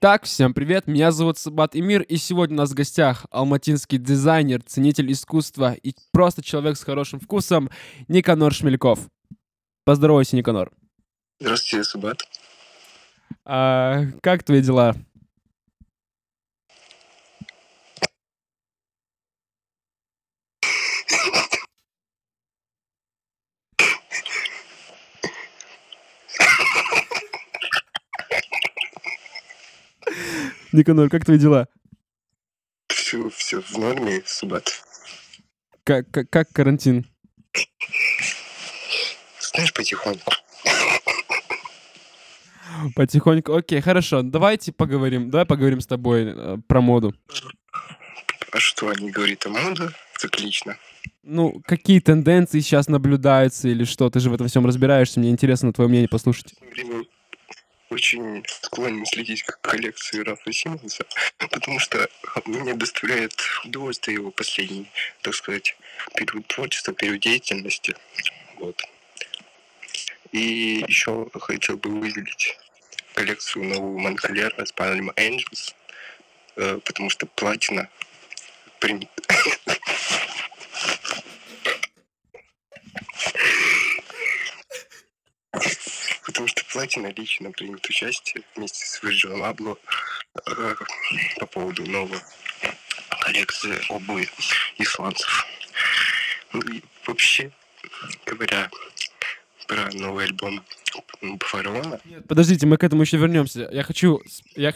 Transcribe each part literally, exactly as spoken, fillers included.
Итак, всем привет, меня зовут Сабат Эмир, и сегодня у нас в гостях алматинский дизайнер, ценитель искусства и просто человек с хорошим вкусом Никанор Шмельков. Поздоровайся, Никанор. Здравствуйте, Сабат. А, как твои дела? Никанор, как твои дела? Все, все в норме, Сабат. Как, как, как карантин? Знаешь, потихоньку. Потихоньку. Окей, хорошо. Давайте поговорим. Давай поговорим с тобой э, про моду. А что они говорят о моде? Так лично. Ну, какие тенденции сейчас наблюдаются или что? Ты же в этом всем разбираешься. Мне интересно твое мнение послушать. В последнее время очень склонен следить к коллекции Рафа Симмонса, потому что мне доставляет удовольствие его последний, так сказать, период творчества, период деятельности. Вот. И еще хотел бы выделить коллекцию новую Монкалера с Palm Angels, э, потому что платина принята. Потому что платина лично примет участие вместе с Virgil Abloh э, по поводу новой коллекции обуви исландцев. Ну и вообще, говоря про новый альбом Фараона... Нет, подождите, мы к этому еще вернемся. Я хочу... Я...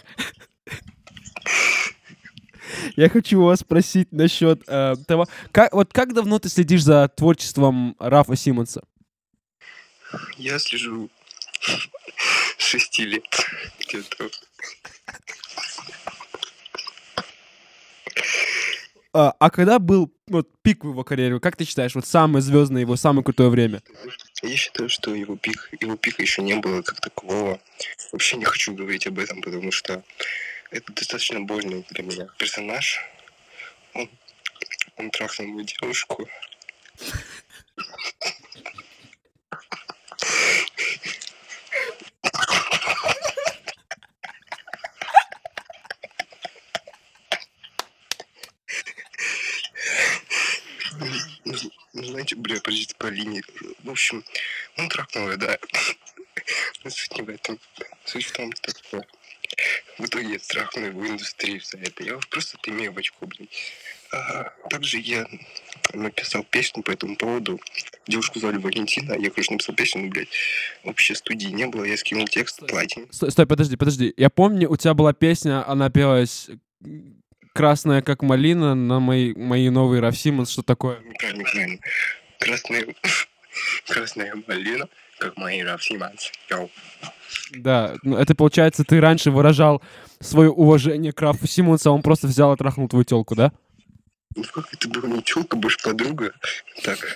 Я хочу вас спросить насчет э, того, как, вот как давно ты следишь за творчеством Рафа Симмонса? Я слежу шести лет где-то. А, а когда был вот пик в его карьере? Как ты считаешь, вот самое звездное его, самое крутое время? Я считаю, что его пик, его пика еще не было как такового. Вообще не хочу говорить об этом, потому что это достаточно больный для меня персонаж. Он, он трахнул мою девушку. Ну, ну, знаете, бля, подождите, по линии. В общем, он трахнул ее, да. Но суть не в этом. Суть в том, что в итоге я трахнул его индустрию за это. Я просто имею в очко, блин. А, также я написал песню по этому поводу. Девушку звали Валентина. Я, конечно, написал песню, но, блядь, вообще студии не было. Я скинул текст платин. Стой, стой, подожди, подожди. Я помню, у тебя была песня, она пелась «Красная, как малина» на мои, мои новые Раф Симмонс, что такое? Неправильно, неправильно. Красная, красная малина, как мои Раф Симмонс. Йоу. Да, ну это получается, ты раньше выражал свое уважение к Рафу Симмонсу, а он просто взял и трахнул твою телку, да? Ну как это была не тёлка, больше подруга. Так.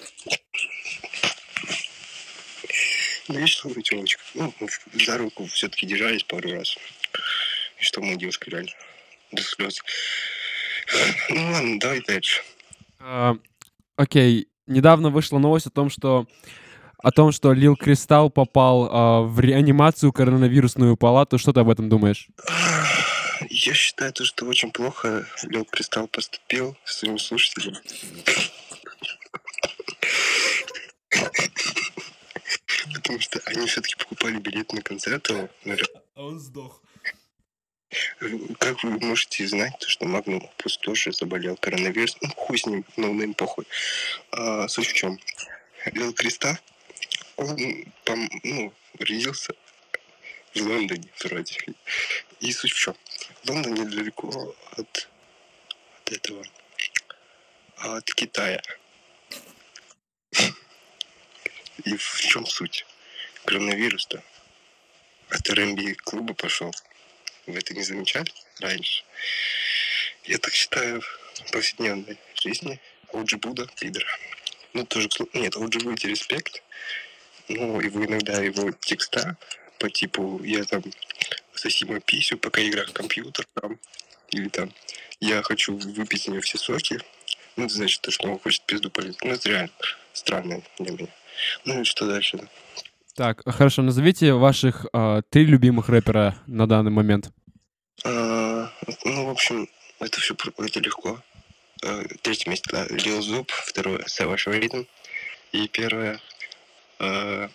Ну и что, Тёнечка? Ну, за руку все-таки держались пару раз. И что моя девушка реально до слез. Ну ладно, давай дальше. А, окей, недавно вышла новость о том, что о том, что Лил Кристалл попал а, в реанимацию коронавирусную палату. Что ты об этом думаешь? Я считаю, то, что очень плохо Лил Кристалл поступил с своим слушателем. Потому что они все-таки покупали билет на концерт его. А он сдох. Как вы можете знать, то, что Магнум Опус тоже заболел коронавирусом? Ну, хуй с ним, но им похуй. А, суть в чем? Лил Кристалл, он, пом, ну, родился в Лондоне, вроде. И суть в чем? Лондон недалеко от, от этого, от Китая. И в чем суть? Коронавирус-то от эр эм би-клуба пошел. Вы это не замечали раньше? Я так считаю, в повседневной жизни о джи Будда пидор. Ну, тоже... Нет, о джи Будда респект. Ну, его иногда его текста по типу «я там соси мою писю, пока играю в компьютер», там, или там «я хочу выпить с нее все соки». Ну, это значит, что он хочет пизду полить. Ну, это реально странно для меня. Ну, и что дальше? Так, хорошо, назовите ваших э, три любимых рэпера на данный момент. А, ну, в общем, это все это легко. Э, Третье место, да, Lil Зуб, второе Savage Rhythm, и первое, э,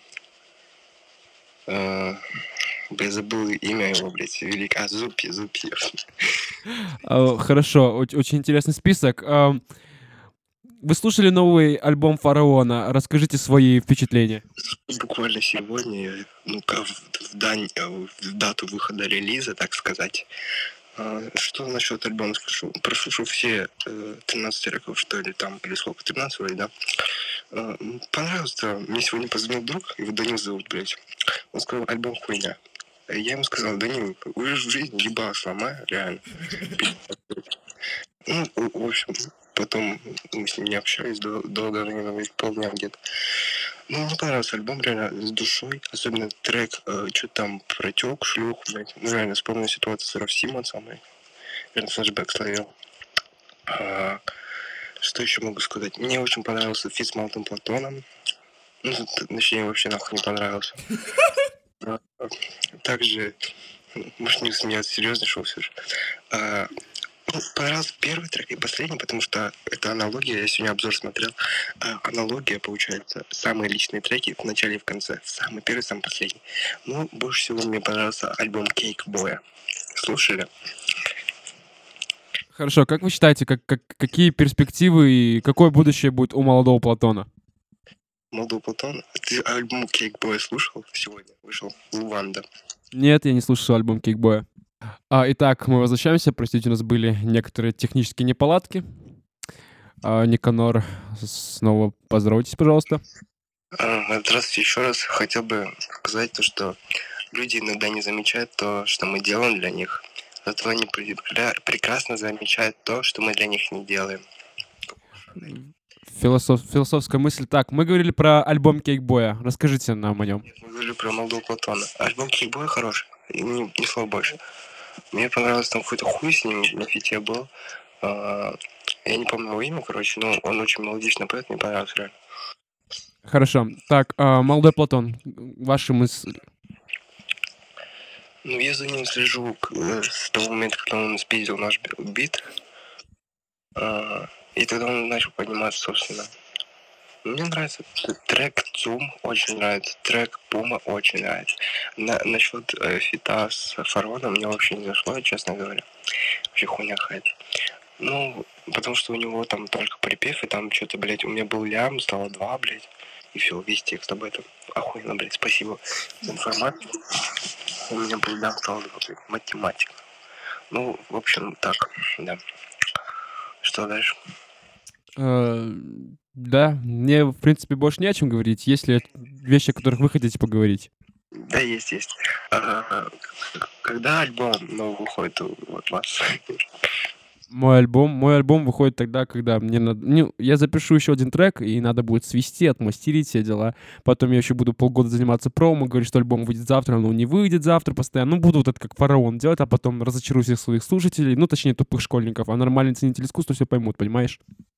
э, блядь, забыл имя его, блядь, велик, а, Зупи, Зупи. А, Хорошо, оч- очень интересный список. Ам, Вы слушали новый альбом Фараона? Расскажите свои впечатления. Буквально сегодня, ну, ка- в, в дань, э, в дату выхода релиза, так сказать. А, что насчет альбома скажу? Прослушал все э, тринадцать треков, что ли, там, или сколько, тринадцать вроде, да? А, м, понравился. Мне сегодня позвонил друг, его Данил зовут, блядь. Он сказал, альбом хуйня. Я ему сказал, Данил, уже в жизни ебало сломаю, реально. Ну, в в общем, потом мы с ним не общались дол- долгое время, ведь полдня где-то. Ну, мне понравился альбом, реально, с душой. Особенно трек, э, что там, протек, шлюх, блядь. Ну, реально, вспомнил ситуацию с Рафсимом самой. Реально, флешбэк словил. А, что еще могу сказать? Мне очень понравился фит с Малтом Платоном. Ну, т- точнее, вообще нахуй не понравился. А, Также, м, может, не смеяться, серьезно шоу все же. А, ну, понравился первый трек и последний, потому что это аналогия, я сегодня обзор смотрел. А, аналогия, получается, самые личные треки в начале и в конце. Самый первый, самый последний. Ну, больше всего мне понравился альбом Кейк Боя. Слушали? Хорошо, как вы считаете, как, как- какие перспективы и какое будущее будет у молодого Платона? Молодой Платон. Ты альбом Кейк Боя слушал сегодня? Вышел Луванда. Нет, я не слушал альбом Кикбоя. А, итак, мы возвращаемся. Простите, у нас были некоторые технические неполадки. А, Никанор, снова поздоровайтесь, пожалуйста. А, Здравствуйте еще раз. Хотел бы сказать то, что люди иногда не замечают то, что мы делаем для них. Зато они прекра- прекрасно замечают то, что мы для них не делаем. Философ- философская мысль. Так, мы говорили про альбом Кейкбоя. Расскажите нам о нем. Мы говорили про Молдову Платона. Альбом Кейкбой хороший. И не, ни слова больше. Мне понравилось, там какой-то хуй с ним на фите был. А, я не помню его имя, короче, но он очень мелодично поет, мне понравилось реально. Хорошо. Так, а, молодой Платон, ваши мысли. Ну, я за ним слежу к- э, с того момента, когда он спиздил наш би- бит. А, и тогда он начал подниматься, собственно. Мне нравится т- трек Цум, очень нравится. Трек Пума очень нравится. На, насчет э, фита с Фароном мне вообще не зашло, честно говоря. Вообще хуйня какая-то. Ну, потому что у него там только припев, и там что-то, блядь, у меня был лям, стало два, блядь. И все, весь текст об этом. Охуенно, блядь, спасибо за информацию. У меня был лям, стало два, блядь, математика. Ну, в общем, так, да. Что дальше? Э, Да, мне, в принципе, больше не о чем говорить. Есть ли вещи, о которых вы хотите поговорить? Да, есть, есть. А, когда альбом новый выходит у вот вас? Мой альбом, мой альбом выходит тогда, когда мне надо... Ну, я запишу еще один трек, и надо будет свести, отмастерить все дела. Потом я еще буду полгода заниматься промо, говорить, что альбом выйдет завтра, но он не выйдет завтра постоянно. Ну, буду вот это как фараон делать, а потом разочарую всех своих слушателей, ну, точнее, тупых школьников. А нормальные ценители искусства все поймут, понимаешь?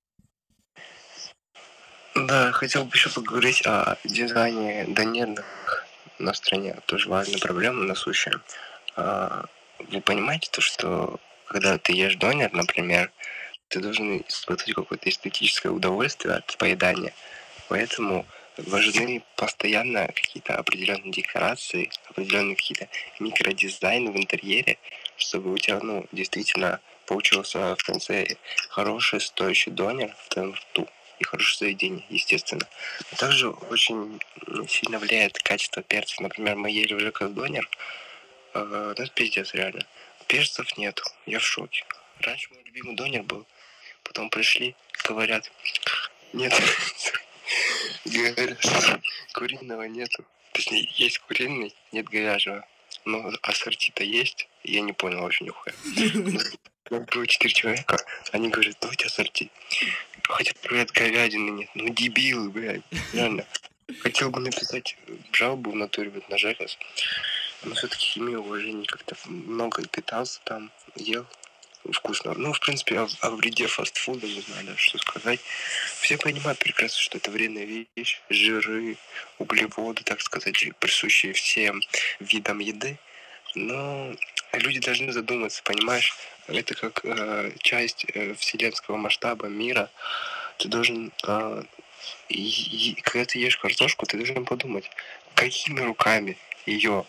Да, хотел бы еще поговорить о дизайне донерных на стране. Тоже важная проблема насущая. А, Вы понимаете то, что когда ты ешь донер, например, ты должен испытывать какое-то эстетическое удовольствие от поедания. Поэтому важны постоянно какие-то определенные декорации, определенные какие-то микродизайны в интерьере, чтобы у тебя, ну, действительно получился в конце хороший, стоящий донер в твоем рту и хорошее заведение, естественно. А также очень сильно влияет качество перца. Например, мы ели уже как донер, э, ну, это пиздец, реально. Перцев нету, я в шоке. Раньше мой любимый донер был, потом пришли, говорят, нет, говорят, что куриного нету. Точнее, есть куриный, нет говяжьего. Но ассорти-то есть, и я не понял вообще нихуя. Ну, было четыре человека, они говорят, давайте ассорти. Хотя, говорят, говядины нет. Ну, дебилы, блядь, реально. Хотел бы написать жалобу в натуре вот на Жекас, но все-таки имею уважение, как-то много питался там, ел вкусно. Ну, в принципе, о, о вреде фастфуда не знаю даже, что сказать. Все понимают прекрасно, что это вредная вещь, жиры, углеводы, так сказать, присущие всем видам еды. Но люди должны задуматься, понимаешь? Это как э, часть э, вселенского масштаба мира. Ты должен, э, и, и, когда ты ешь картошку, ты должен подумать, какими руками ее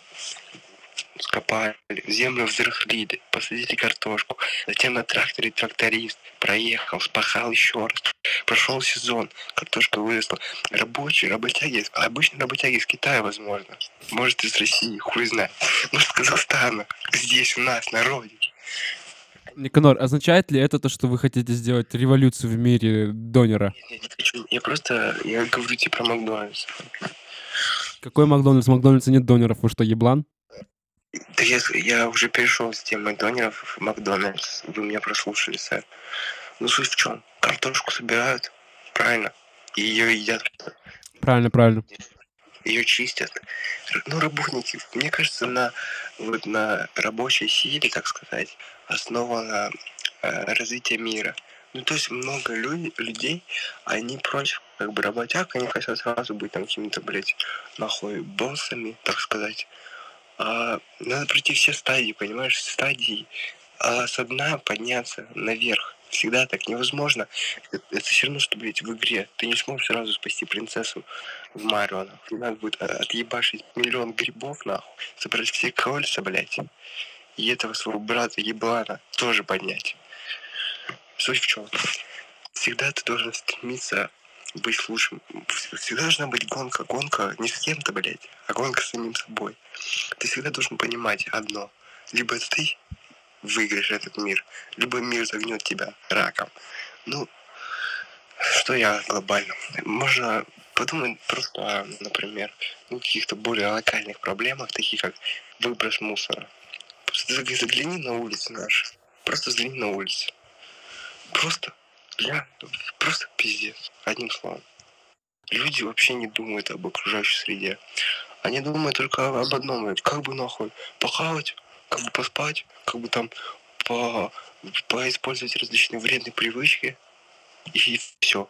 скопали, землю взрыхлили, посадили картошку, затем на тракторе тракторист проехал, спахал еще раз, прошел сезон, картошка выросла. Рабочие, работяги, обычные работяги из Китая, возможно, может из России, хуй знает, может из Казахстана, здесь у нас, на родине. Никанор, означает ли это то, что вы хотите сделать революцию в мире донера? Я не хочу, я просто, я говорю тебе про Макдональдс. Какой Макдональдс? В Макдональдсе нет донеров, вы что, еблан? Да я, я уже перешел с темы донеров в Макдональдс. Вы меня прослушали, сэр. Ну суть в чем? Картошку собирают, правильно? И ее едят. Правильно, правильно. Ее чистят. Ну, работники, мне кажется, на, вот, на рабочей силе, так сказать, основано э, развитие мира. Ну, то есть много люди, людей, они против, как бы, работяг, они хотят сразу быть там какими-то, блядь, нахуй, боссами, так сказать. А, надо пройти все стадии, понимаешь, стадии. А с дна подняться наверх. Всегда так невозможно. Это, это все равно, что, блядь, в игре. Ты не сможешь сразу спасти принцессу в Марио, нахуй. Надо будет отъебашить миллион грибов, нахуй. Собрать все кольца, блядь. И этого своего брата еблана тоже поднять. Суть в чем? Всегда ты должен стремиться быть лучшим. Всегда должна быть гонка. Гонка не с кем-то, блядь, а гонка с самим собой. Ты всегда должен понимать одно. Либо ты выиграешь этот мир, либо мир загнет тебя раком. Ну, что я глобально? Можно подумать просто, например, ну, каких-то более локальных проблемах, таких как выброс мусора. Просто загляни на улицы наши. Просто взгляни на улицы. Просто, я, просто пиздец. Одним словом. Люди вообще не думают об окружающей среде. Они думают только об одном. Как бы нахуй похавать, как бы поспать, как бы там по, поиспользовать различные вредные привычки. И все.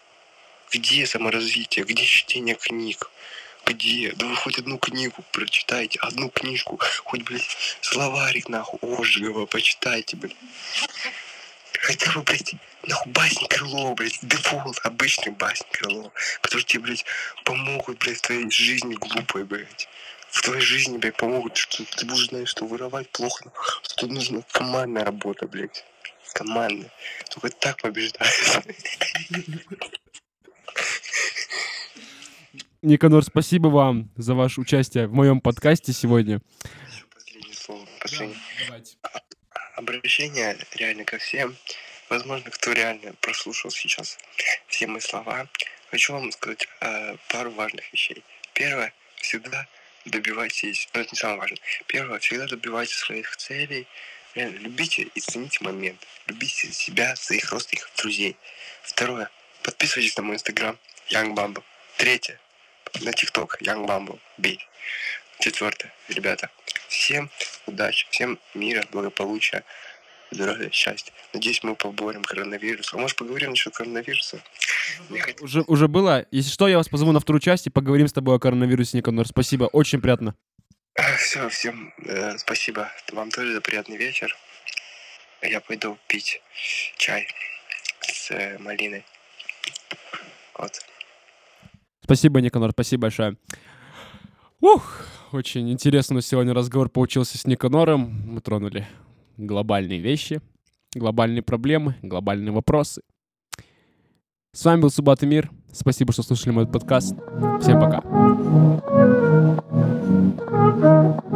Где саморазвитие? Где чтение книг? Где? Да вы хоть одну книгу прочитайте, одну книжку, хоть, блядь, словарик, нахуй, Ожегова почитайте, блядь. Хотя бы, блядь, нахуй, басни Крылова, блядь, дефолт, обычный басни Крылова, которые тебе, блядь, помогут, блядь, в твоей жизни глупой, блядь. В твоей жизни, блядь, помогут, что ты будешь знать, что воровать плохо, что тут нужна командная работа, блядь. Командная. Только так побеждается. Никанор, спасибо вам за ваше участие в моем подкасте сегодня. Последнее слово. Последнее. Да, давайте. Обращение реально ко всем. Возможно, кто реально прослушал сейчас все мои слова. Хочу вам сказать э, пару важных вещей. Первое, всегда добивайтесь, ну это не самое важное. Первое, всегда добивайтесь своих целей. Реально, любите и цените момент. Любите себя, своих родственников, друзей. Второе, подписывайтесь на мой инстаграм Young Bumble. Третье, на тикток Young Bumble. Бей. Четвертое, ребята, всем удачи, всем мира, благополучия, здоровья, счастья. Надеюсь, мы поборем коронавирус. А может, поговорим насчет коронавируса? Уже, уже было. Если что, я вас позову на вторую часть и поговорим с тобой о коронавирусе, Никанор. Спасибо, очень приятно. Все, всем э, спасибо. Вам тоже за приятный вечер. Я пойду пить чай с э, малиной. Вот. Спасибо, Никанор, спасибо большое. Ух, очень интересный у нас сегодня разговор получился с Никанором. Мы тронули глобальные вещи, глобальные проблемы, глобальные вопросы. С вами был Субат и Мир. Спасибо, что слушали мой подкаст. Всем пока.